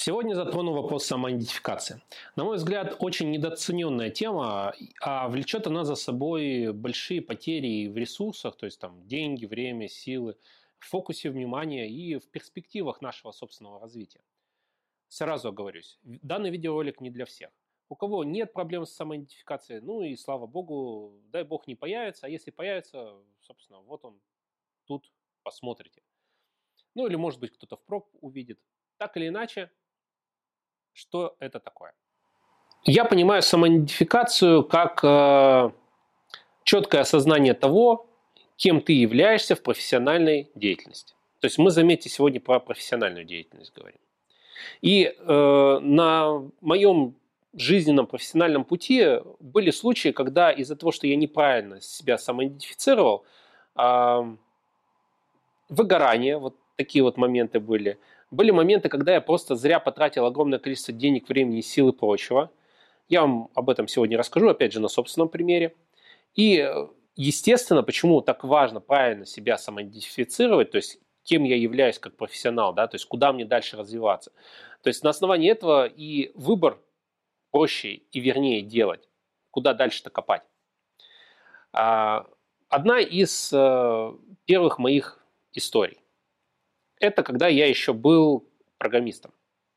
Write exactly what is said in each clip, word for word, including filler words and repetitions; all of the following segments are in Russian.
Сегодня затрону вопрос самоидентификации. На мой взгляд, очень недооцененная тема, а влечет она за собой большие потери в ресурсах, то есть там деньги, время, силы, в фокусе внимания и в перспективах нашего собственного развития. Сразу оговорюсь, в- данный видеоролик не для всех. У кого нет проблем с самоидентификацией, ну и слава богу, дай бог не появится, а если появится, собственно, вот он тут, посмотрите. Ну или может быть кто-то впрок увидит. Так или иначе, что это такое? Я понимаю самоидентификацию как э, четкое осознание того, кем ты являешься в профессиональной деятельности. То есть мы, заметьте, сегодня про профессиональную деятельность говорим. И э, на моем жизненном профессиональном пути были случаи, когда из-за того, что я неправильно себя самоидентифицировал, э, выгорание, вот такие вот моменты были. Были моменты, когда я просто зря потратил огромное количество денег, времени, сил и прочего. Я вам об этом сегодня расскажу, опять же, на собственном примере. И, э, естественно, почему так важно правильно себя самоидентифицировать, то есть кем я являюсь как профессионал, да, то есть куда мне дальше развиваться. То есть на основании этого и выбор проще и вернее делать, куда дальше-то копать. А, Одна из э, первых моих историй. Это когда я еще был программистом.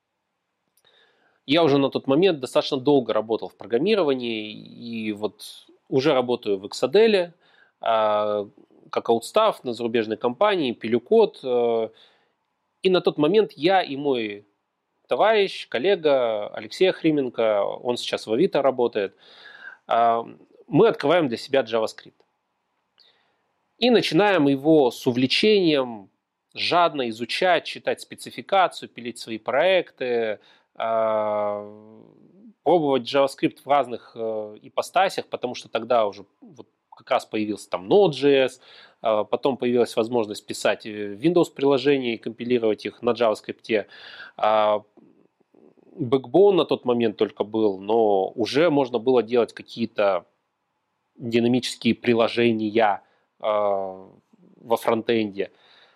Я уже на тот момент достаточно долго работал в программировании и вот уже работаю в Exadel, а, как аутстаф на зарубежной компании, пилю код. э, И на тот момент я и мой товарищ, коллега Алексей Охрименко, он сейчас в Авито работает, а, мы открываем для себя JavaScript. И начинаем его с увлечением жадно изучать, читать спецификацию, пилить свои проекты, а, пробовать JavaScript в разных э, ипостасях, потому что тогда уже вот как раз появился там Node.js, а, потом появилась возможность писать э, Windows-приложения и компилировать их на JavaScript. А, Backbone на тот момент только был, но уже можно было делать какие-то динамические приложения э, во фронтенде.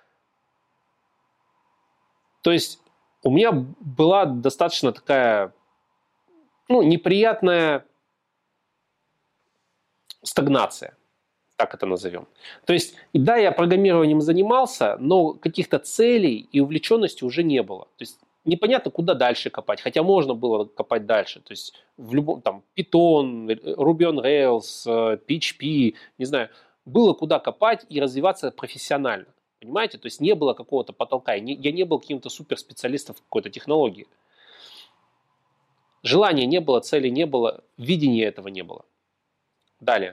То есть у меня была достаточно такая, ну, неприятная стагнация, так это назовем. То есть, да, я программированием занимался, но каких-то целей и увлеченности уже не было. То есть непонятно, куда дальше копать, хотя можно было копать дальше. То есть в любом, там, Python, Ruby on Rails, пи эйч пи, не знаю, было куда копать и развиваться профессионально. Понимаете? То есть не было какого-то потолка. Я не, я не был каким-то суперспециалистом в какой-то технологии. Желания не было, цели не было, видения этого не было. Далее.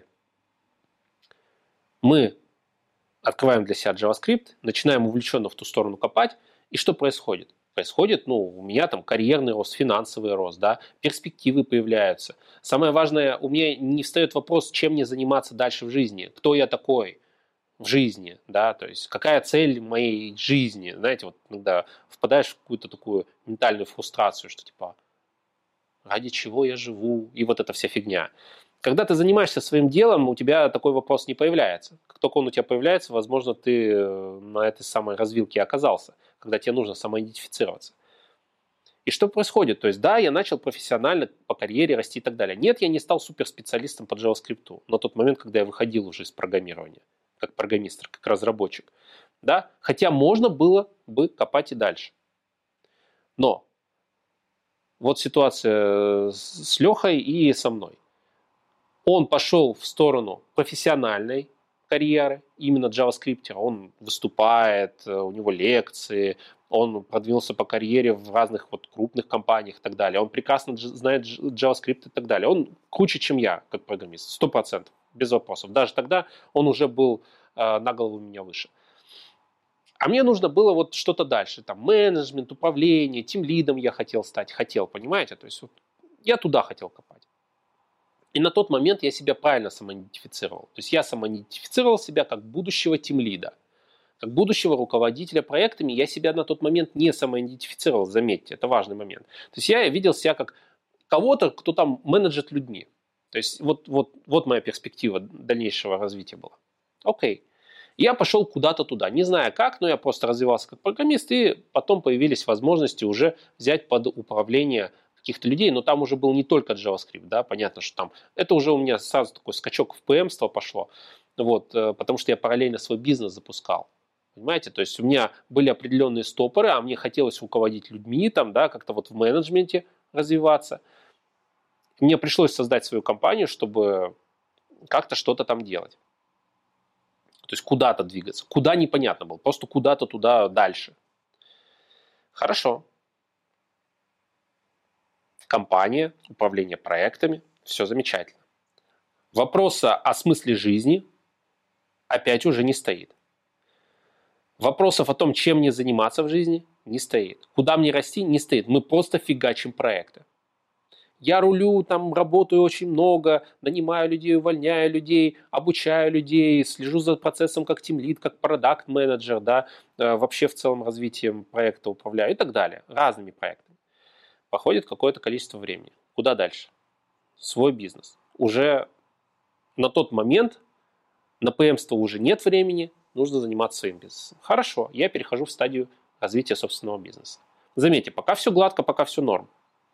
Мы открываем для себя JavaScript, начинаем увлеченно в ту сторону копать, и что происходит? Происходит, ну, у меня там карьерный рост, финансовый рост, да, перспективы появляются. Самое важное, у меня не встает вопрос, чем мне заниматься дальше в жизни, кто я такой в жизни, да, то есть какая цель моей жизни, знаете, вот когда впадаешь в какую-то такую ментальную фрустрацию, что типа, ради чего я живу, и вот эта вся фигня. Когда ты занимаешься своим делом, у тебя такой вопрос не появляется. Как только он у тебя появляется, возможно, ты э, на этой самой развилке оказался, когда тебе нужно самоидентифицироваться. И что происходит? То есть, да, я начал профессионально по карьере расти и так далее. Нет, я не стал суперспециалистом по JavaScript на тот момент, когда я выходил уже из программирования, как программист, как разработчик. Да? Хотя можно было бы копать и дальше. Но вот ситуация с Лехой и со мной. Он пошел в сторону профессиональной карьеры, именно джаваскриптера. Он выступает, у него лекции, он продвинулся по карьере в разных вот крупных компаниях и так далее. Он прекрасно дж- знает дж- JavaScript и так далее. Он круче, чем я, как программист, сто процентов, без вопросов. Даже тогда он уже был э, на голову меня выше. А мне нужно было вот что-то дальше, там, менеджмент, управление, тимлидом я хотел стать, хотел, понимаете? То есть вот я туда хотел копать. И на тот момент я себя правильно самоидентифицировал. То есть я самоидентифицировал себя как будущего тимлида. Как будущего руководителя проектами я себя на тот момент не самоидентифицировал, заметьте, это важный момент. То есть я видел себя как кого-то, кто там менеджет людьми. То есть вот, вот, вот моя перспектива дальнейшего развития была. Окей. Я пошел куда-то туда, не знаю как, но я просто развивался как программист, и потом появились возможности уже взять под управление каких-то людей, но там уже был не только JavaScript, да, понятно, что там, это уже у меня сразу такой скачок в пи эм-ство пошло, вот, потому что я параллельно свой бизнес запускал. Понимаете, то есть у меня были определенные стопоры, а мне хотелось руководить людьми, там, да, как-то вот в менеджменте развиваться. Мне пришлось создать свою компанию, чтобы как-то что-то там делать. То есть куда-то двигаться. Куда непонятно было. Просто куда-то туда дальше. Хорошо. Компания, управление проектами. Все замечательно. Вопроса о смысле жизни опять уже не стоит. Вопросов о том, чем мне заниматься в жизни, не стоит. Куда мне расти, не стоит. Мы просто фигачим проекты. Я рулю, там работаю очень много, нанимаю людей, увольняю людей, обучаю людей, слежу за процессом как тимлид, как продакт-менеджер, да, вообще в целом развитием проекта управляю и так далее, разными проектами. Проходит какое-то количество времени. Куда дальше? Свой бизнес. Уже на тот момент на пи эм-ство уже нет времени, нужно заниматься своим бизнесом. Хорошо, я перехожу в стадию развития собственного бизнеса. Заметьте, пока все гладко, пока все норм.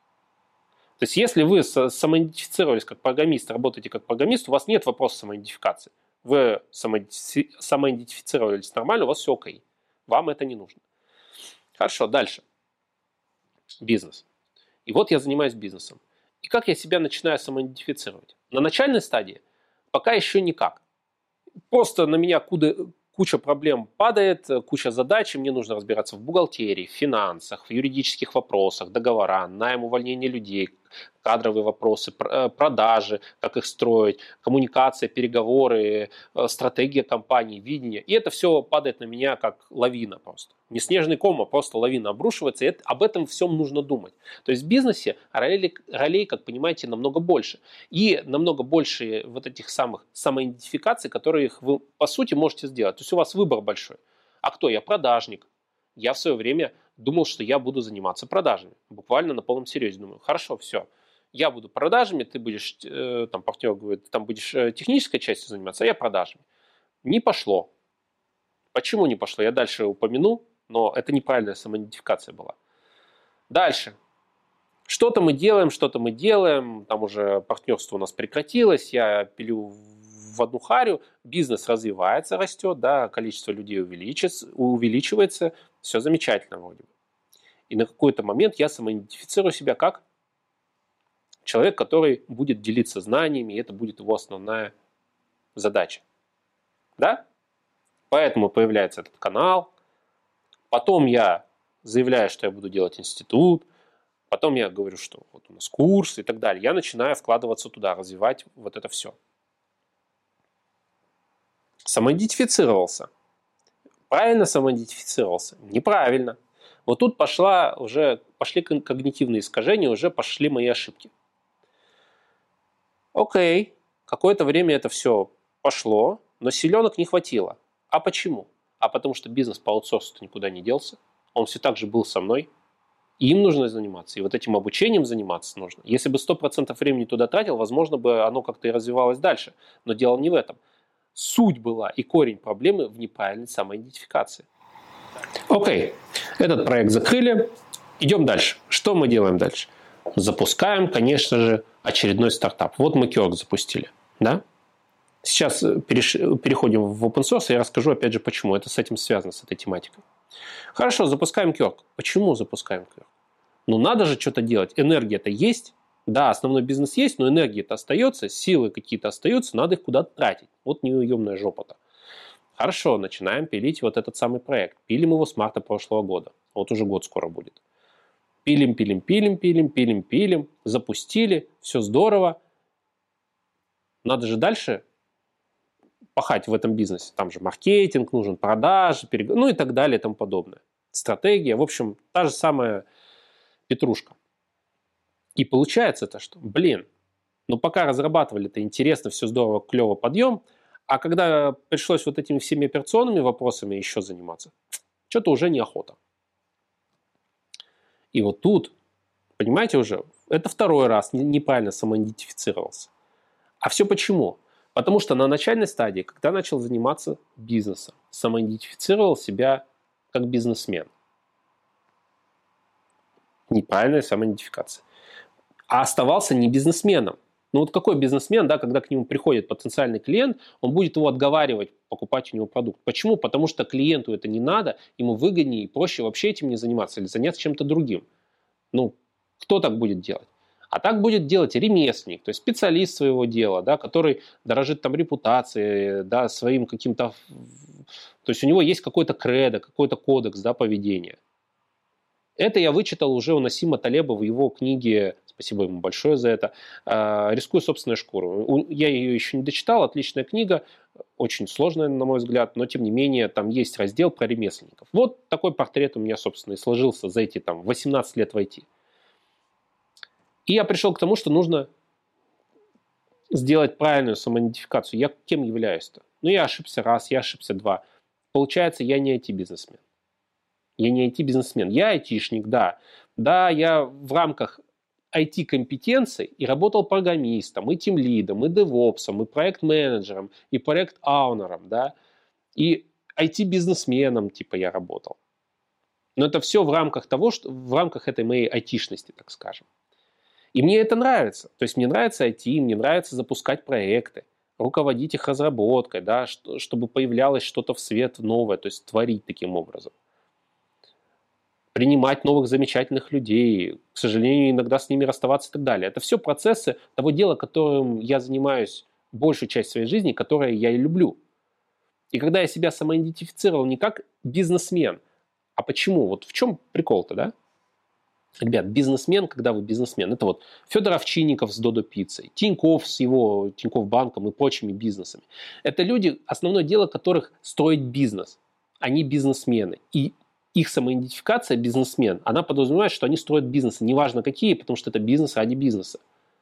То есть, если вы самоидентифицировались как программист, работаете как программист, у вас нет вопроса самоидентификации. Вы самоидентифицировались нормально, у вас все окей. Вам это не нужно. Хорошо, дальше. Бизнес. И вот я занимаюсь бизнесом. И как я себя начинаю самоидентифицировать? На начальной стадии пока еще никак. Просто на меня куда, куча проблем падает, куча задач, и мне нужно разбираться в бухгалтерии, в финансах, в юридических вопросах, договора, найм, увольнение людей, кадровые вопросы, продажи, как их строить, коммуникация, переговоры, стратегия компании, видение. И это все падает на меня как лавина просто. Не снежный ком, а просто лавина обрушивается, и это, об этом всем нужно думать. То есть в бизнесе ролей, ролей, как понимаете, намного больше. И намного больше вот этих самых самоидентификаций, которые вы, по сути, можете сделать. То есть у вас выбор большой. А кто? Я продажник. Я в свое время думал, что я буду заниматься продажами. Буквально на полном серьезе. Думаю, хорошо, все. Я буду продажами, ты будешь, э, там партнер говорит, там будешь э, технической частью заниматься, а я продажами. Не пошло. Почему не пошло? Я дальше упомяну, но это неправильная самоидентификация была. Дальше. Что-то мы делаем, что-то мы делаем, там уже партнерство у нас прекратилось, я пилю в одну харю, бизнес развивается, растет, да, количество людей увеличится, увеличивается, все замечательно вроде бы. И на какой-то момент я самоидентифицирую себя как человек, который будет делиться знаниями, и это будет его основная задача. Да? Поэтому появляется этот канал. Потом я заявляю, что я буду делать институт. Потом я говорю, что вот у нас курс и так далее. Я начинаю вкладываться туда, развивать вот это все. Самоидентифицировался. Правильно самоидентифицировался? Неправильно. Вот тут пошла уже, пошли когнитивные искажения, уже пошли мои ошибки. Окей, какое-то время это все пошло, но силенок не хватило. А почему? А потому что бизнес по аутсорсу никуда не делся. Он все так же был со мной. И им нужно заниматься. И вот этим обучением заниматься нужно. Если бы сто процентов времени туда тратил, возможно бы оно как-то и развивалось дальше. Но дело не в этом. Суть была и корень проблемы в неправильной самоидентификации. Окей, этот проект закрыли. Идем дальше. Что мы делаем дальше? Запускаем, конечно же, очередной стартап. Вот мы Кёрк запустили. Да? Сейчас переш... переходим в open source, и я расскажу, опять же, почему. Это с этим связано, с этой тематикой. Хорошо, запускаем Кёрк. Почему запускаем Кёрк? Ну, надо же что-то делать. Энергия-то есть. Да, основной бизнес есть, но энергия-то остается, силы какие-то остаются, надо их куда-то тратить. Вот неуемная жопа-то. Хорошо, начинаем пилить вот этот самый проект. Пилим его с марта прошлого года. Вот уже год скоро будет. Пилим, пилим, пилим, пилим, пилим, пилим. Запустили, все здорово. Надо же дальше пахать в этом бизнесе. Там же маркетинг нужен, продажи, перег... ну и так далее и тому подобное. Стратегия. В общем, та же самая петрушка. И получается это, что, блин, ну пока разрабатывали, это интересно, все здорово, клево, подъем, а когда пришлось вот этими всеми операционными вопросами еще заниматься, что-то уже неохота. И вот тут, понимаете уже, это второй раз неправильно самоидентифицировался. А все почему? Потому что на начальной стадии, когда начал заниматься бизнесом, самоидентифицировал себя как бизнесмен. Неправильная самоидентификация. А оставался не бизнесменом. Ну вот какой бизнесмен, да, когда к нему приходит потенциальный клиент, он будет его отговаривать покупать у него продукт. Почему? Потому что клиенту это не надо, ему выгоднее и проще вообще этим не заниматься или заняться чем-то другим. Ну, кто так будет делать? А так будет делать ремесленник, то есть специалист своего дела, да, который дорожит там репутацией, да, своим каким-то... То есть у него есть какой-то кредо, какой-то кодекс, да, поведения. Это я вычитал уже у Насима Талеба в его книге, спасибо ему большое за это, «Рискуя собственной шкурой». Я ее еще не дочитал, отличная книга, очень сложная, на мой взгляд, но тем не менее там есть раздел про ремесленников. Вот такой портрет у меня, собственно, и сложился за эти там восемнадцать лет в ай ти. И я пришел к тому, что нужно сделать правильную самоидентификацию. Я кем являюсь-то? Ну, я ошибся раз, я ошибся два. Получается, я не ай ти-бизнесмен. Я не ай ти-бизнесмен. Я айтишник, да. Да, я в рамках ай ти-компетенций и работал программистом, и тимлидом, и девопсом, и проект-менеджером, и проект-аунером, да. И ай ти-бизнесменом, типа, я работал. Но это все в рамках того, что в рамках этой моей айтишности, так скажем. И мне это нравится. То есть мне нравится ай ти, мне нравится запускать проекты, руководить их разработкой, да, чтобы появлялось что-то в свет новое, то есть творить таким образом. Принимать новых замечательных людей, к сожалению, иногда с ними расставаться и так далее. Это все процессы того дела, которым я занимаюсь большую часть своей жизни, которое я и люблю. И когда я себя самоидентифицировал не как бизнесмен, а почему? Вот в чем прикол-то, да? Ребят, бизнесмен, когда вы бизнесмен, это вот Федор Овчинников с Додо Пиццей, Тинькофф с его Тинькофф банком и прочими бизнесами. Это люди, основное дело которых строить бизнес. Они бизнесмены. И их самоидентификация бизнесмен, она подразумевает, что они строят бизнесы, неважно какие, потому что это бизнес ради бизнеса.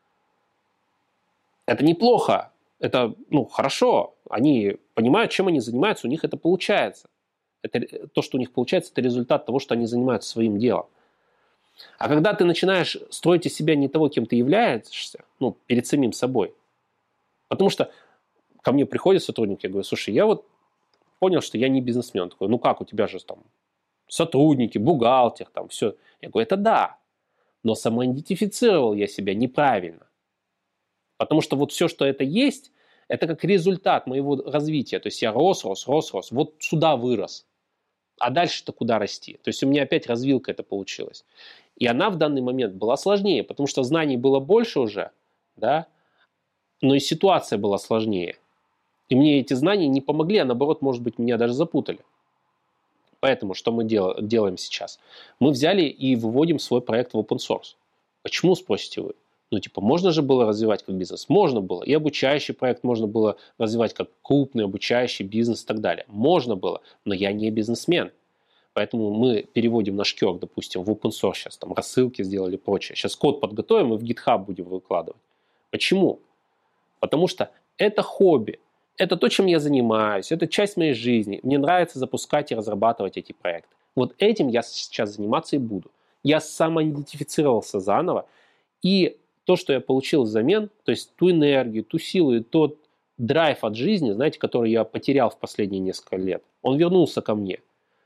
Это неплохо, это ну, хорошо. Они понимают, чем они занимаются, у них это получается. Это, то, что у них получается, это результат того, что они занимаются своим делом. А когда ты начинаешь строить из себя не того, кем ты являешься, ну, перед самим собой. Потому что ко мне приходит сотрудник, я говорю, слушай, я вот понял, что я не бизнесмен. Он такой, ну как, у тебя же там сотрудники, бухгалтер, там все. Я говорю, это да, но самоидентифицировал я себя неправильно. Потому что вот все, что это есть, это как результат моего развития. То есть я рос, рос, рос, рос, вот сюда вырос. А дальше-то куда расти? То есть у меня опять развилка это получилась. И она в данный момент была сложнее, потому что знаний было больше уже, да, но и ситуация была сложнее. И мне эти знания не помогли, а наоборот, может быть, меня даже запутали. Поэтому что мы дел- делаем сейчас? Мы взяли и выводим свой проект в open source. Почему, спросите вы? Ну, типа, можно же было развивать как бизнес? Можно было. И обучающий проект можно было развивать как крупный обучающий бизнес и так далее. Можно было, но я не бизнесмен. Поэтому мы переводим наш кёрк, допустим, в open source сейчас, там рассылки сделали и прочее. Сейчас код подготовим и в GitHub будем выкладывать. Почему? Потому что это хобби. Это то, чем я занимаюсь. Это часть моей жизни. Мне нравится запускать и разрабатывать эти проекты. Вот этим я сейчас заниматься и буду. Я самоидентифицировался заново. И то, что я получил взамен, то есть ту энергию, ту силу и тот драйв от жизни, знаете, который я потерял в последние несколько лет, он вернулся ко мне.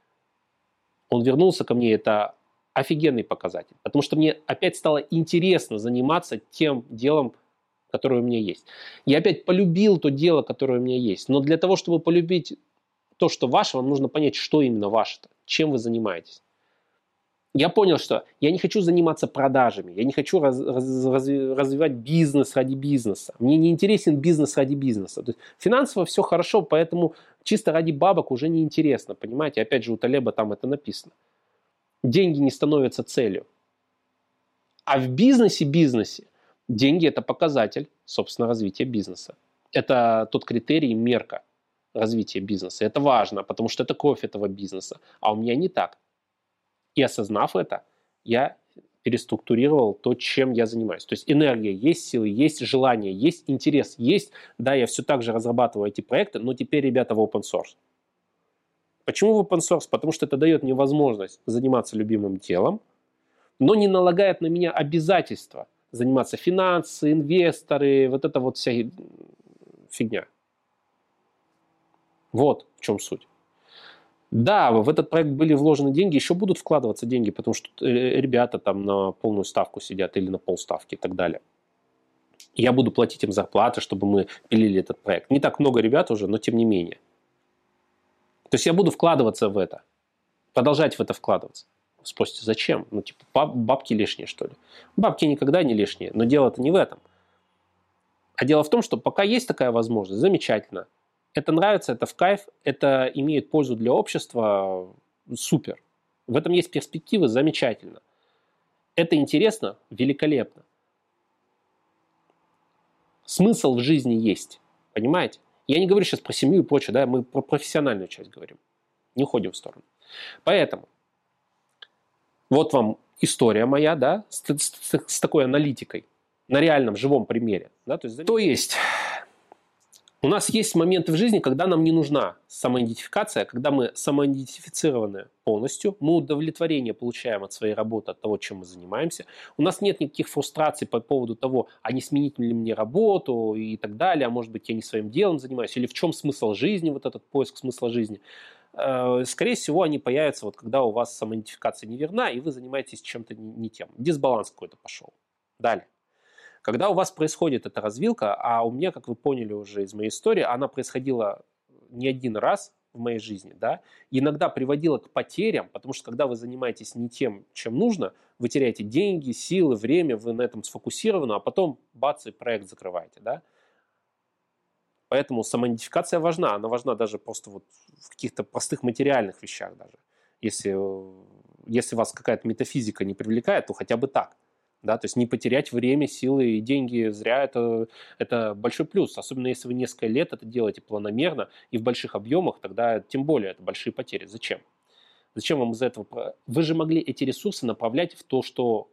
Он вернулся ко мне, это офигенный показатель. Потому что мне опять стало интересно заниматься тем делом, которое у меня есть. Я опять полюбил то дело, которое у меня есть. Но для того, чтобы полюбить то, что ваше, вам нужно понять, что именно ваше-то, чем вы занимаетесь. Я понял, что я не хочу заниматься продажами, я не хочу раз, раз, раз, развивать бизнес ради бизнеса. Мне не интересен бизнес ради бизнеса. То есть финансово все хорошо, поэтому чисто ради бабок уже не интересно, понимаете? Опять же, у Талеба там это написано. Деньги не становятся целью. А в бизнесе, бизнесе деньги – это показатель, собственно, развития бизнеса. Это тот критерий, мерка развития бизнеса. Это важно, потому что это кровь этого бизнеса. А у меня не так. И осознав это, я переструктурировал то, чем я занимаюсь. То есть энергия есть, силы есть, желание есть, интерес есть. Да, я все так же разрабатываю эти проекты, но теперь, ребята, в open source. Почему в open source? Потому что это дает мне возможность заниматься любимым делом, но не налагает на меня обязательства заниматься финансы, инвесторы, вот это вот вся фигня. Вот в чем суть. Да, в этот проект были вложены деньги, еще будут вкладываться деньги, потому что ребята там на полную ставку сидят или на полставки и так далее. Я буду платить им зарплаты, чтобы мы пилили этот проект. Не так много ребят уже, но тем не менее. То есть я буду вкладываться в это, продолжать в это вкладываться. Спросите, зачем? Ну, типа, бабки лишние, что ли? Бабки никогда не лишние, но дело-то не в этом. А дело в том, что пока есть такая возможность, замечательно. Это нравится, это в кайф, это имеет пользу для общества, супер. В этом есть перспективы, замечательно. Это интересно, великолепно. Смысл в жизни есть, понимаете? Я не говорю сейчас про семью и прочее, да, мы про профессиональную часть говорим. Не уходим в сторону. Поэтому вот вам история моя, да, с, с, с такой аналитикой на реальном, живом примере. Да, то есть, то есть у нас есть моменты в жизни, когда нам не нужна самоидентификация, когда мы самоидентифицированы полностью, мы удовлетворение получаем от своей работы, от того, чем мы занимаемся. У нас нет никаких фрустраций по поводу того, а не сменить ли мне работу и так далее, а может быть я не своим делом занимаюсь, или в чем смысл жизни, вот этот поиск смысла жизни. Скорее всего, они появятся, вот, когда у вас самоидентификация неверна, и вы занимаетесь чем-то не тем. Дисбаланс какой-то пошел. Далее. Когда у вас происходит эта развилка, а у меня, как вы поняли уже из моей истории, она происходила не один раз в моей жизни, да, иногда приводила к потерям, потому что когда вы занимаетесь не тем, чем нужно, вы теряете деньги, силы, время, вы на этом сфокусированы, а потом бац, и проект закрываете, да. Поэтому самоидентификация важна, она важна даже просто вот в каких-то простых материальных вещах даже. Если, если вас какая-то метафизика не привлекает, то хотя бы так. Да, то есть не потерять время, силы и деньги зря, это, это большой плюс. Особенно если вы несколько лет это делаете планомерно и в больших объемах, тогда тем более это большие потери. Зачем? Зачем вам из этого? Вы же могли эти ресурсы направлять в то, что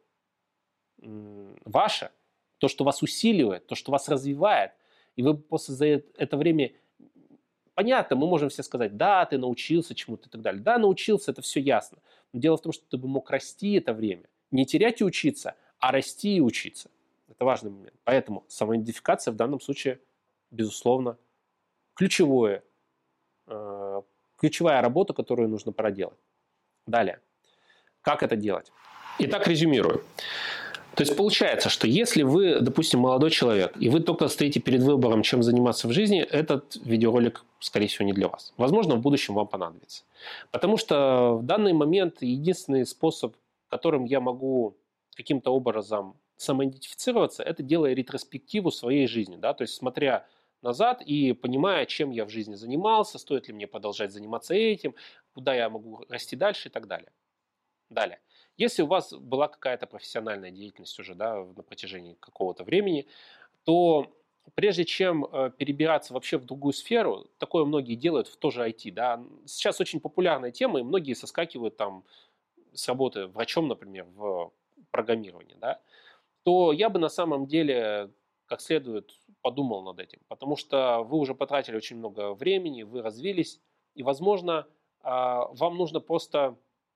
ваше, то, что вас усиливает, то, что вас развивает. И вы просто за это время... Понятно, мы можем все сказать, да, ты научился чему-то и так далее. Да, научился, это все ясно. Но дело в том, что ты бы мог расти это время. Не терять и учиться, а расти и учиться. Это важный момент. Поэтому самоидентификация в данном случае, безусловно, ключевое, э, ключевая работа, которую нужно проделать. Далее. Как это делать? Итак, резюмирую. То есть получается, что если вы, допустим, молодой человек, и вы только стоите перед выбором, чем заниматься в жизни, этот видеоролик, скорее всего, не для вас. Возможно, в будущем вам понадобится. Потому что в данный момент единственный способ, которым я могу каким-то образом самоидентифицироваться, это делая ретроспективу своей жизни. Да? То есть смотря назад и понимая, чем я в жизни занимался, стоит ли мне продолжать заниматься этим, куда я могу расти дальше и так далее. Далее. Если у вас была какая-то профессиональная деятельность уже, да, на протяжении какого-то времени, то прежде чем э, перебираться вообще в другую сферу, такое многие делают в тоже ай ти. Да. Сейчас очень популярная тема, и многие соскакивают там с работы врачом, например, в программировании, да, то я бы на самом деле как следует подумал над этим, потому что вы уже потратили очень много времени, вы развились, и, возможно, э, вам нужно просто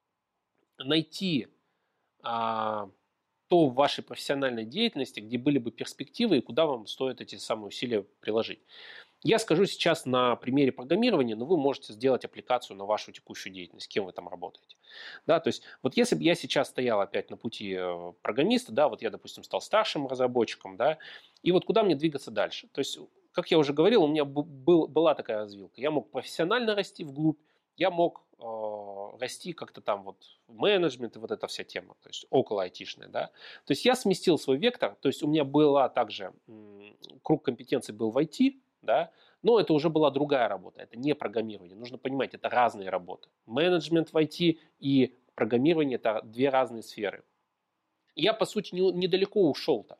найти а, то в вашей профессиональной деятельности, где были бы перспективы и куда вам стоит эти самые усилия приложить. Я скажу сейчас на примере программирования, но вы можете сделать аппликацию на вашу текущую деятельность, кем вы там работаете. Да, то есть вот если бы я сейчас стоял опять на пути программиста, да, вот я, допустим, стал старшим разработчиком, да, и вот куда мне двигаться дальше? То есть, как я уже говорил, у меня был, была такая развилка. Я мог профессионально расти вглубь, я мог э, расти как-то там вот в менеджмент и вот эта вся тема, то есть около айтишная, да. То есть я сместил свой вектор, то есть у меня была также, м, круг компетенций был в ай ти, да, но это уже была другая работа, это не программирование. Нужно понимать, это разные работы. Менеджмент в ай ти и программирование – это две разные сферы. Я, по сути, не, недалеко ушел-то,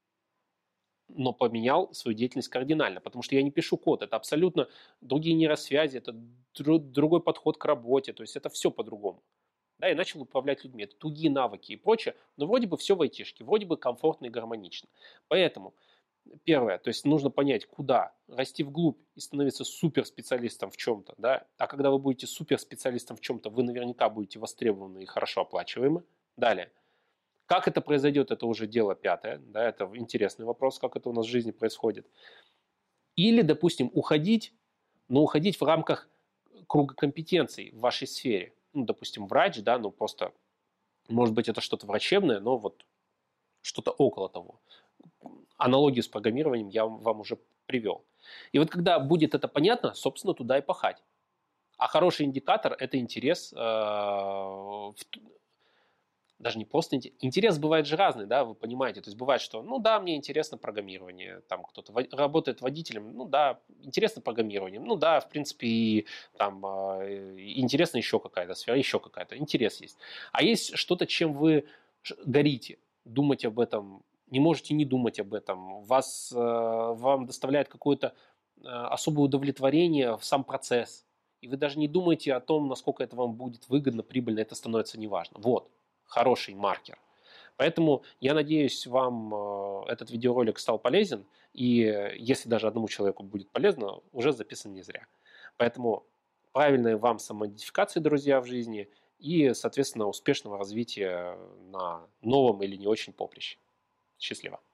но поменял свою деятельность кардинально, потому что я не пишу код, это абсолютно другие нейросвязи, это дру, другой подход к работе, то есть это все по-другому. Да, и начал управлять людьми, это другие навыки и прочее, но вроде бы все в айтишке, вроде бы комфортно и гармонично. Поэтому первое, то есть нужно понять, куда расти вглубь и становиться суперспециалистом в чем-то, да, а когда вы будете суперспециалистом в чем-то, вы наверняка будете востребованы и хорошо оплачиваемы. Далее. Как это произойдет, это уже дело пятое, да, это интересный вопрос, как это у нас в жизни происходит. Или, допустим, уходить, но уходить в рамках круга компетенций в вашей сфере. Ну, допустим, врач, да, ну просто, может быть, это что-то врачебное, но вот что-то около того. Аналогию с программированием я вам уже привел. И вот когда будет это понятно, собственно, туда и пахать. А хороший индикатор – это интерес, э, в, даже не просто интерес. Интерес бывает же разный, да, вы понимаете. То есть бывает, что, ну да, мне интересно программирование, там кто-то работает водителем, ну да, интересно программирование, ну да, в принципе, и там э, интересна еще какая-то сфера, еще какая-то, интерес есть. А есть что-то, чем вы горите, думать об этом, не можете не думать об этом, вас, э, вам доставляет какое-то э, особое удовлетворение в сам процесс, и вы даже не думаете о том, насколько это вам будет выгодно, прибыльно, это становится неважно. Вот. Хороший маркер. Поэтому я надеюсь, вам этот видеоролик стал полезен, и если даже одному человеку будет полезно, уже записан не зря. Поэтому правильной вам самоидентификации, друзья, в жизни и, соответственно, успешного развития на новом или не очень поприще. Счастливо!